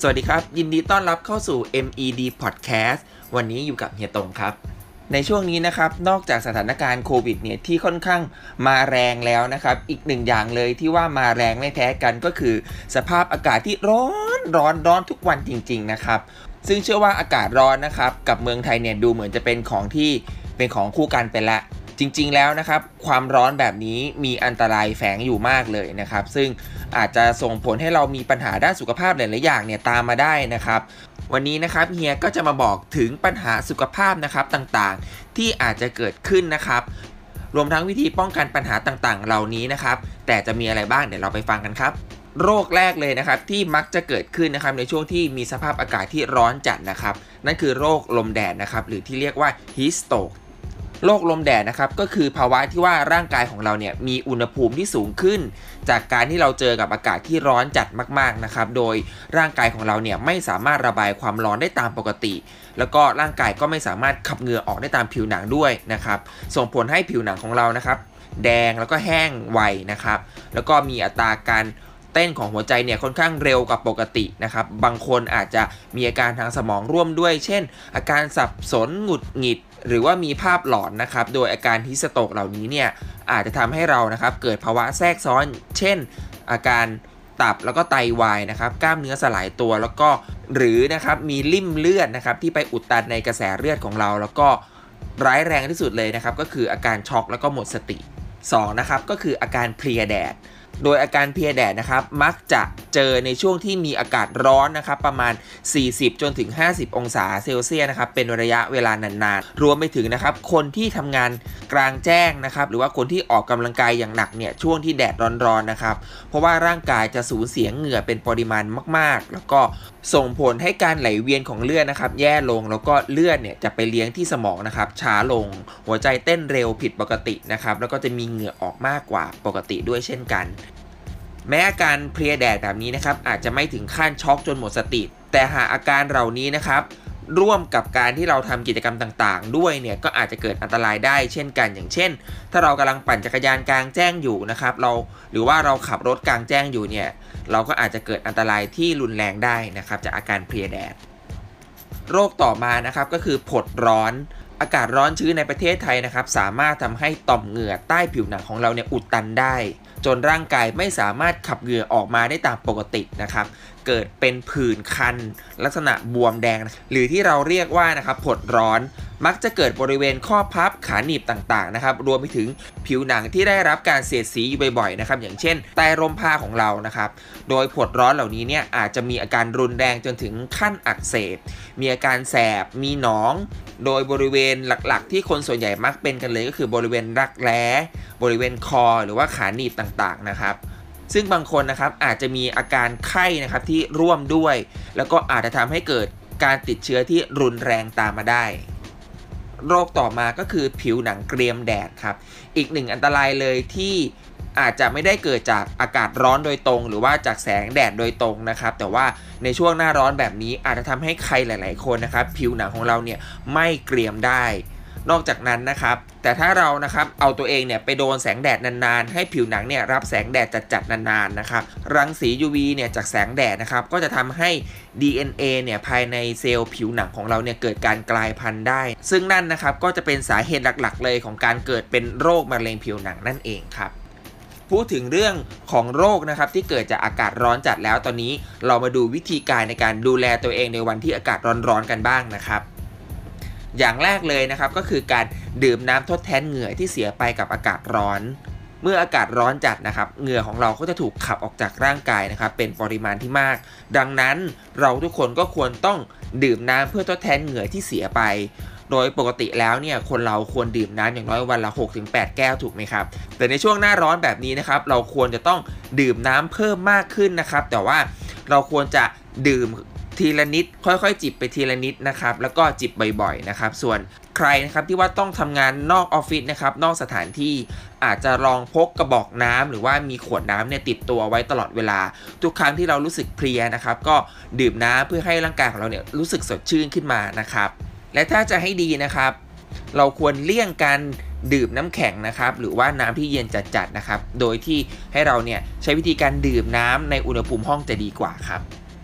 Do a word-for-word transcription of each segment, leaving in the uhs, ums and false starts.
สวัสดีครับยินดีต้อนรับเข้าสู่ เอ็ม อี ดี Podcast วันนี้อยู่กับเฮียตงครับในช่วงนี้นะครับนอกจากสถานการณ์โควิดเนี่ยที่ค่อนข้างมาแรงแล้วนะครับอีกหนึ่งอย่างเลยที่ว่ามาแรงไม่แพ้กันก็คือสภาพอากาศที่ร้อนร้อนร้อนทุกวันจริงๆนะครับซึ่งเชื่อว่าอากาศร้อนนะครับกับเมืองไทยเนี่ยดูเหมือนจะเป็นของที่เป็นของคู่กันไปละจริงๆแล้วนะครับความร้อนแบบนี้มีอันตรายแฝงอยู่มากเลยนะครับซึ่งอาจจะส่งผลให้เรามีปัญหาด้านสุขภาพหลายๆอย่างเนี่ยตามมาได้นะครับวันนี้นะครับเฮียก็จะมาบอกถึงปัญหาสุขภาพนะครับต่างๆที่อาจจะเกิดขึ้นนะครับรวมทั้งวิธีป้องกันปัญหาต่างๆเหล่านี้นะครับแต่จะมีอะไรบ้างเดี๋ยวเราไปฟังกันครับโรคแรกเลยนะครับที่มักจะเกิดขึ้นนะครับในช่วงที่มีสภาพอากาศที่ร้อนจัดนะครับนั่นคือโรคลมแดดนะครับหรือที่เรียกว่า Heat Strokeโรคลมแดดนะครับก็คือภาวะที่ว่าร่างกายของเราเนี่ยมีอุณหภูมิที่สูงขึ้นจากการที่เราเจอกับอากาศที่ร้อนจัดมากๆนะครับโดยร่างกายของเราเนี่ยไม่สามารถระบายความร้อนได้ตามปกติแล้วก็ร่างกายก็ไม่สามารถขับเหงื่อออกได้ตามผิวหนังด้วยนะครับส่งผลให้ผิวหนังของเรานะครับแดงแล้วก็แห้งไวนะครับแล้วก็มีอัตราการเต้นของหัวใจเนี่ยค่อนข้างเร็วกว่าปกตินะครับบางคนอาจจะมีอาการทางสมองร่วมด้วยเช่นอาการสับสนหงุดหงิดหรือว่ามีภาพหลอนนะครับโดยอาการฮิสโตรกเหล่านี้เนี่ยอาจจะทำให้เรานะครับเกิดภาวะแทรกซ้อนเช่นอาการตับแล้วก็ไตวายนะครับกล้ามเนื้อสลายตัวแล้วก็หรือนะครับมีลิ่มเลือดนะครับที่ไปอุดตันในกระแสเลือดของเราแล้วก็ร้ายแรงที่สุดเลยนะครับก็คืออาการช็อกแล้วก็หมดสติสองนะครับก็คืออาการเพลียแดดโดยอาการเพลียแดดนะครับมักจะเจอในช่วงที่มีอากาศร้อนนะครับประมาณสี่สิบจนถึงห้าสิบองศาเซลเซียสนะครับเป็นระยะเวลานานๆรวมไปถึงนะครับคนที่ทำงานกลางแจ้งนะครับหรือว่าคนที่ออกกำลังกายอย่างหนักเนี่ยช่วงที่แดดร้อนๆนะครับเพราะว่าร่างกายจะสูญเสียเหงื่อเป็นปริมาณมากๆแล้วก็ส่งผลให้การไหลเวียนของเลือดนะครับแย่ลงแล้วก็เลือดเนี่ยจะไปเลี้ยงที่สมองนะครับช้าลงหัวใจเต้นเร็วผิดปกตินะครับแล้วก็จะมีเหงื่อออกมากกว่าปกติด้วยเช่นกันแม้อาการเพลียแดดแบบนี้นะครับอาจจะไม่ถึงขั้นช็อกจนหมดสติแต่หากอาการเหล่านี้นะครับร่วมกับการที่เราทำกิจกรรมต่างๆด้วยเนี่ยก็อาจจะเกิดอันตรายได้เช่นกันอย่างเช่นถ้าเรากำลังปั่นจักรยานกลางแจ้งอยู่นะครับเราหรือว่าเราขับรถกลางแจ้งอยู่เนี่ยเราก็อาจจะเกิดอันตรายที่รุนแรงได้นะครับจากอาการเพลียแดดโรคต่อมานะครับก็คือผดร้อนอากาศร้อนชื้นในประเทศไทยนะครับสามารถทำให้ต่อมเหงื่อใต้ผิวหนังของเราเนี่ยอุดตันได้จนร่างกายไม่สามารถขับเหงื่อออกมาได้ตามปกตินะครับเกิดเป็นผื่นคันลักษณะบวมแดงหรือที่เราเรียกว่านะครับผดร้อนมักจะเกิดบริเวณข้อพับขาหนีบต่างๆนะครับรวมไปถึงผิวหนังที่ได้รับการเสียดสีอยู่บ่อยๆนะครับอย่างเช่นใต้ร่มผ้าของเรานะครับโดยผดร้อนเหล่านี้เนี่ยอาจจะมีอาการรุนแรงจนถึงขั้นอักเสบมีอาการแสบมีหนองโดยบริเวณหลักๆที่คนส่วนใหญ่มักเป็นกันเลยก็คือบริเวณรักแร้บริเวณคอหรือว่าขาหนีบต่างๆนะครับซึ่งบางคนนะครับอาจจะมีอาการไข้นะครับที่ร่วมด้วยแล้วก็อาจจะทำให้เกิดการติดเชื้อที่รุนแรงตามมาได้โรคต่อมาก็คือผิวหนังเกรียมแดดครับอีกหนึ่งอันตรายเลยที่อาจจะไม่ได้เกิดจากอากาศร้อนโดยตรงหรือว่าจากแสงแดดโดยตรงนะครับแต่ว่าในช่วงหน้าร้อนแบบนี้อาจจะทำให้ใครหลายๆคนนะครับผิวหนังของเราเนี่ยไม่เกรียมได้นอกจากนั้นนะครับแต่ถ้าเรานะครับเอาตัวเองเนี่ยไปโดนแสงแดดนานๆให้ผิวหนังเนี่ยรับแสงแดดจัดๆนานๆนะครับรังสี ยู วี เนี่ยจากแสงแดดนะครับก็จะทำให้ ดี เอ็น เอ เนี่ยภายในเซลล์ผิวหนังของเราเนี่ยเกิดการกลายพันธุ์ได้ซึ่งนั่นนะครับก็จะเป็นสาเหตุหลักๆเลยของการเกิดเป็นโรคมะเร็งผิวหนังนั่นเองครับพูดถึงเรื่องของโรคนะครับที่เกิดจากอากาศร้อนจัดแล้วตอนนี้เรามาดูวิธีการในการดูแลตัวเองในวันที่อากาศร้อนๆกันบ้างนะครับอย่างแรกเลยนะครับก็คือการดื่มน้ำทดแทนเหงื่อที่เสียไปกับอากาศร้อนเมื่ออากาศร้อนจัดนะครับเหงื่อของเราก็จะถูกขับออกจากร่างกายนะครับเป็นปริมาณที่มากดังนั้นเราทุกคนก็ควรต้องดื่มน้ำเพื่อทดแทนเหงื่อที่เสียไปโดยปกติแล้วเนี่ยคนเราควรดื่มน้ำอย่างน้อยวันละ หกถึงแปด แก้วถูกไหมครับแต่ในช่วงหน้าร้อนแบบนี้นะครับเราควรจะต้องดื่มน้ำเพิ่มมากขึ้นนะครับแต่ว่าเราควรจะดื่มทีละนิดค่อยๆจิบไปทีละนิดนะครับแล้วก็จิบบ่อยๆนะครับส่วนใครนะครับที่ว่าต้องทำงานนอกออฟฟิศนะครับนอกสถานที่อาจจะลองพกกระบอกน้ำหรือว่ามีขวดน้ำเนี่ยติดตัวไว้ตลอดเวลาทุกครั้งที่เรารู้สึกเพลียนะครับก็ดื่มน้ำเพื่อให้ร่างกายของเราเนี่ยรู้สึกสดชื่นขึ้นมานะครับและถ้าจะให้ดีนะครับเราควรเลี่ยงการดื่มน้ำแข็งนะครับหรือว่าน้ำที่เย็นจัดๆนะครับโดยที่ให้เราเนี่ยใช้วิธีการดื่มน้ำในอุณหภูมิห้องจะดีกว่าครับ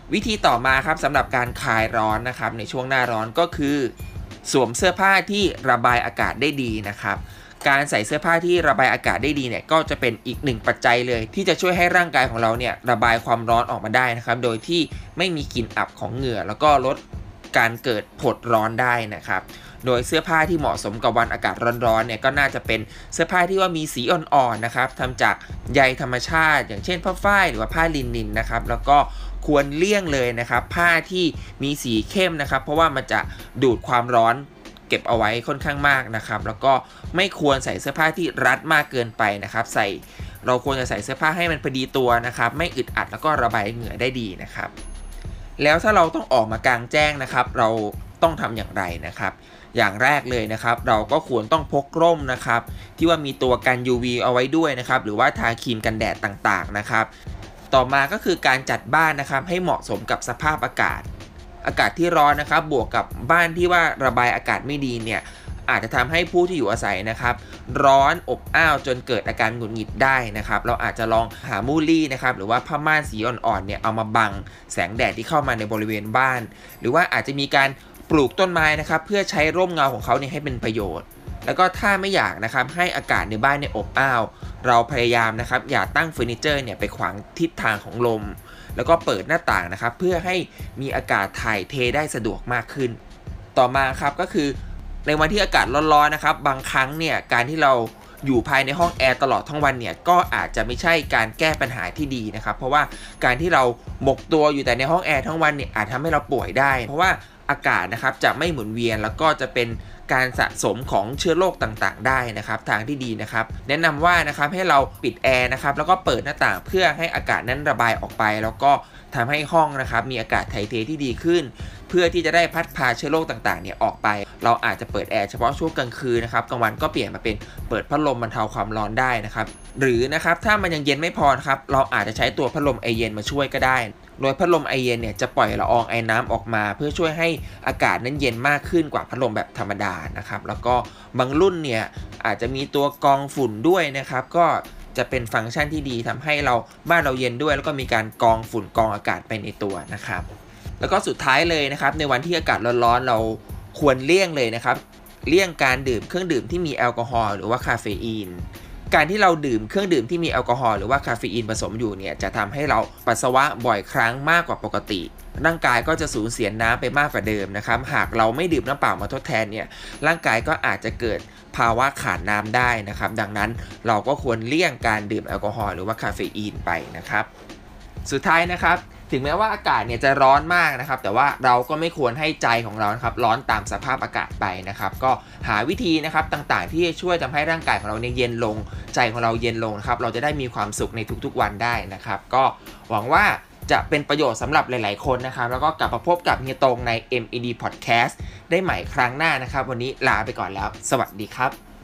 วิธีต่อมาครับสำหรับการคลายร้อนนะครับในช่วงหน้าร้อนก็คือสวมเสื้อผ้าที่ระบายอากาศได้ดีนะครับการใส่เสื้อผ้าที่ระบายอากาศได้ดีเนี่ยก็จะเป็นอีกหนึ่งปัจจัยเลยที่จะช่วยให้ร่างกายของเราเนี่ยระบายความร้อนออกมาได้นะครับโดยที่ไม่มีกลิ่นอับของเหงื่อแล้วก็ลดการเกิดผดร้อนได้นะครับโดยเสื้อผ้าที่เหมาะสมกับวันอากาศร้อนๆเนี่ยก็น่าจะเป็นเสื้อผ้าที่ว่ามีสีอ่อนๆนะครับทำจากใยธรรมชาติอย่างเช่นผ้าฝ้ายหรือว่าผ้าลินินนะครับแล้วก็ควรเลี่ยงเลยนะครับผ้าที่มีสีเข้มนะครับเพราะว่ามันจะดูดความร้อนเก็บเอาไว้ค่อนข้างมากนะครับแล้วก็ไม่ควรใส่เสื้อผ้าที่รัดมากเกินไปนะครับใส่เราควรจะใส่เสื้อผ้าให้มันพอดีตัวนะครับไม่อึดอัดแล้วก็ระบายเหงื่อได้ดีนะครับแล้วถ้าเราต้องออกมากลางแจ้งนะครับเราต้องทำอย่างไรนะครับอย่างแรกเลยนะครับเราก็ควรต้องพกร่มนะครับที่ว่ามีตัวกัน ยู วี เอาไว้ด้วยนะครับหรือว่าทาครีมกันแดดต่างๆนะครับต่อมาก็คือการจัดบ้านนะครับให้เหมาะสมกับสภาพอากาศอากาศที่ร้อนนะครับบวกกับบ้านที่ว่าระบายอากาศไม่ดีเนี่ยอาจจะทำให้ผู้ที่อยู่อาศัยนะครับร้อนอบอ้าวจนเกิดอาการหงุดหงิดได้นะครับเราอาจจะลองหามูลี่นะครับหรือว่าผ้าม่านสีอ่อนๆเนี่ยเอามาบังแสงแดดที่เข้ามาในบริเวณบ้านหรือว่าอาจจะมีการปลูกต้นไม้นะครับเพื่อใช้ร่มเงาของเขาเนี่ยให้เป็นประโยชน์แล้วก็ถ้าไม่อยากนะครับให้อากาศในบ้านเนี่ยอบอ้าวเราพยายามนะครับอย่าตั้งเฟอร์นิเจอร์เนี่ยไปขวางทิศทางของลมแล้วก็เปิดหน้าต่างนะครับเพื่อให้มีอากาศถ่ายเทได้สะดวกมากขึ้นต่อมาครับก็คือในวันที่อากาศร้อนๆนะครับบางครั้งเนี่ยการที่เราอยู่ภายในห้องแอร์ตลอดทั้งวันเนี่ยก็อาจจะไม่ใช่การแก้ปัญหาที่ดีนะครับเพราะว่าการที่เราหมกตัวอยู่แต่ในห้องแอร์ทั้งวันเนี่ยอาจทำให้เราป่วยได้เพราะว่าอากาศนะครับจะไม่หมุนเวียนแล้วก็จะเป็นการสะสมของเชื้อโรคต่างๆได้นะครับทางที่ดีนะครับแนะนำว่านะครับให้เราปิดแอร์นะครับแล้วก็เปิดหน้าต่างเพื่อให้อากาศนั้นระบายออกไปแล้วก็ทำให้ห้องนะครับมีอากาศถ่ายเทที่ดีขึ้นเพื่อที่จะได้พัดพาเชื้อโรคต่างๆเนี่ยออกไปเราอาจจะเปิดแอร์เฉพาะช่วงกลางคืนนะครับกลางวันก็เปลี่ยนมาเป็นเปิดพัดลมบรรเทาความร้อนได้นะครับหรือนะครับถ้ามันยังเย็นไม่พอครับเราอาจจะใช้ตัวพัดลมไอเย็นมาช่วยก็ได้โดยพัดลมไอเย็นเนี่ยจะปล่อยละอองไอน้ำออกมาเพื่อช่วยให้อากาศนั้นเย็นมากขึ้นกว่าพัดลมแบบธรรมดานะครับแล้วก็บางรุ่นเนี่ยอาจจะมีตัวกรองฝุ่นด้วยนะครับก็จะเป็นฟังก์ชันที่ดีทำให้เราบ้านเราเย็นด้วยแล้วก็มีการกรองฝุ่นกรองอากาศไปในตัวนะครับแล้วก็สุดท้ายเลยนะครับในวันที่อากาศร้อนๆเราควรเลี่ยงเลยนะครับเลี่ยงการดื่มเครื่องดื่มที่มีแอลกอฮอล์หรือว่าคาเฟอีนการที่เราดื่มเครื่องดื่มที่มีแอลกอฮอล์หรือว่าคาเฟอีนผสมอยู่เนี่ยจะทำให้เราปัสสาวะบ่อยครั้งมากกว่าปกติร่างกายก็จะสูญเสียน้ำไปมากกว่าเดิมนะครับหากเราไม่ดื่มน้ำเปล่ามาทดแทนเนี่ยร่างกายก็อาจจะเกิดภาวะขาดน้ำได้นะครับดังนั้นเราก็ควรเลี่ยงการดื่มแอลกอฮอล์หรือว่าคาเฟอีนไปนะครับสุดท้ายนะครับถึงแม้ว่าอากาศเนี่ยจะร้อนมากนะครับแต่ว่าเราก็ไม่ควรให้ใจของเรานะครับร้อนตามสภาพอากาศไปนะครับก็หาวิธีนะครับต่างๆที่จะช่วยทำให้ร่างกายของเราเนี่ยเย็นลงใจของเราเย็นลงนะครับเราจะได้มีความสุขในทุกๆวันได้นะครับก็หวังว่าจะเป็นประโยชน์สำหรับหลายๆคนนะครับแล้วก็กลับมาพบกับเฮียตงใน เอ็ม อี ดี Podcast ได้ใหม่ครั้งหน้านะครับวันนี้ลาไปก่อนแล้วสวัสดีครับ